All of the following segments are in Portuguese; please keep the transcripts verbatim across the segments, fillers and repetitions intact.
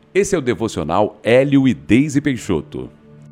Esse é o devocional Hélio e Deise Peixoto.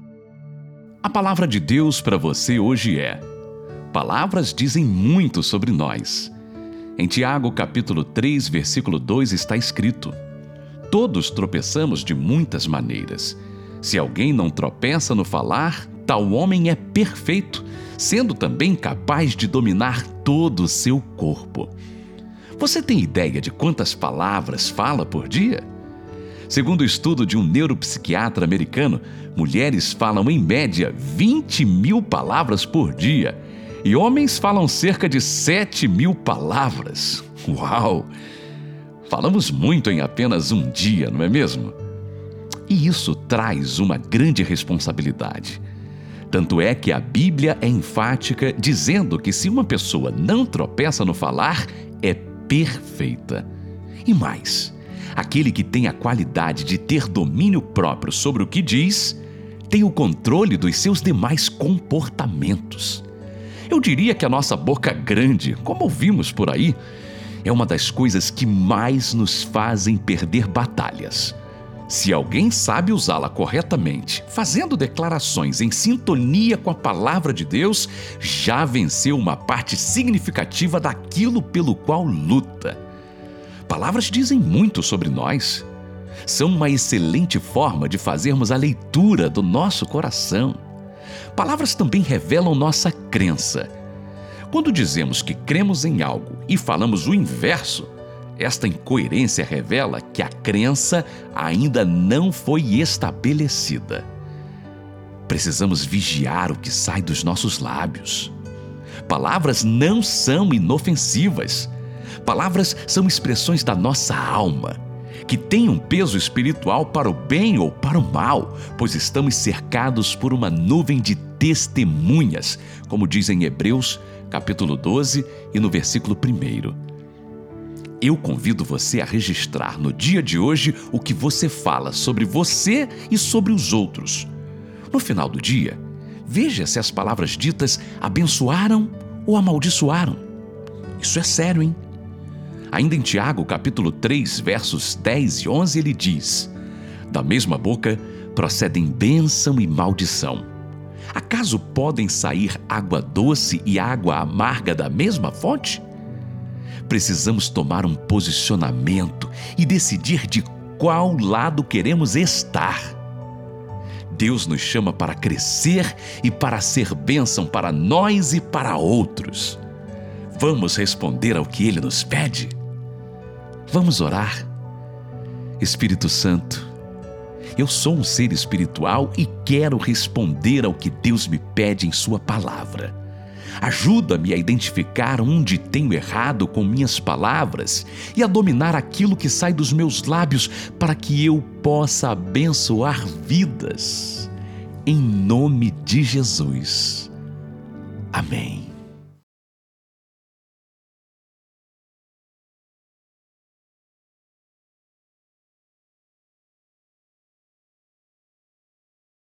A palavra de Deus para você hoje é: palavras dizem muito sobre nós. Em Tiago, capítulo três, versículo dois, está escrito: todos tropeçamos de muitas maneiras. Se alguém não tropeça no falar, tal homem é perfeito, sendo também capaz de dominar todo o seu corpo. Você tem ideia de quantas palavras fala por dia? Segundo o estudo de um neuropsiquiatra americano, mulheres falam em média vinte mil palavras por dia e homens falam cerca de sete mil palavras. Uau! Falamos muito em apenas um dia, não é mesmo? E isso traz uma grande responsabilidade. Tanto é que a Bíblia é enfática, dizendo que se uma pessoa não tropeça no falar, é perfeita. E mais, aquele que tem a qualidade de ter domínio próprio sobre o que diz, tem o controle dos seus demais comportamentos. Eu diria que a nossa boca grande, como ouvimos por aí, é uma das coisas que mais nos fazem perder batalhas. Se alguém sabe usá-la corretamente, fazendo declarações em sintonia com a palavra de Deus, já venceu uma parte significativa daquilo pelo qual luta. Palavras dizem muito sobre nós. São uma excelente forma de fazermos a leitura do nosso coração. Palavras também revelam nossa crença. Quando dizemos que cremos em algo e falamos o inverso, esta incoerência revela que a crença ainda não foi estabelecida. Precisamos vigiar o que sai dos nossos lábios. Palavras não são inofensivas. Palavras são expressões da nossa alma, que têm um peso espiritual para o bem ou para o mal, pois estamos cercados por uma nuvem de testemunhas, como diz em Hebreus, capítulo doze e no versículo primeiro. Eu convido você a registrar no dia de hoje o que você fala sobre você e sobre os outros. No final do dia, veja se as palavras ditas abençoaram ou amaldiçoaram. Isso é sério, hein? Ainda em Tiago, capítulo três, versos dez e onze, ele diz: da mesma boca procedem bênção e maldição. Acaso podem sair água doce e água amarga da mesma fonte? Precisamos tomar um posicionamento e decidir de qual lado queremos estar. Deus nos chama para crescer e para ser bênção para nós e para outros. Vamos responder ao que Ele nos pede? Vamos orar. Espírito Santo, eu sou um ser espiritual e quero responder ao que Deus me pede em Sua palavra. Ajuda-me a identificar onde tenho errado com minhas palavras e a dominar aquilo que sai dos meus lábios para que eu possa abençoar vidas. Em nome de Jesus. Amém.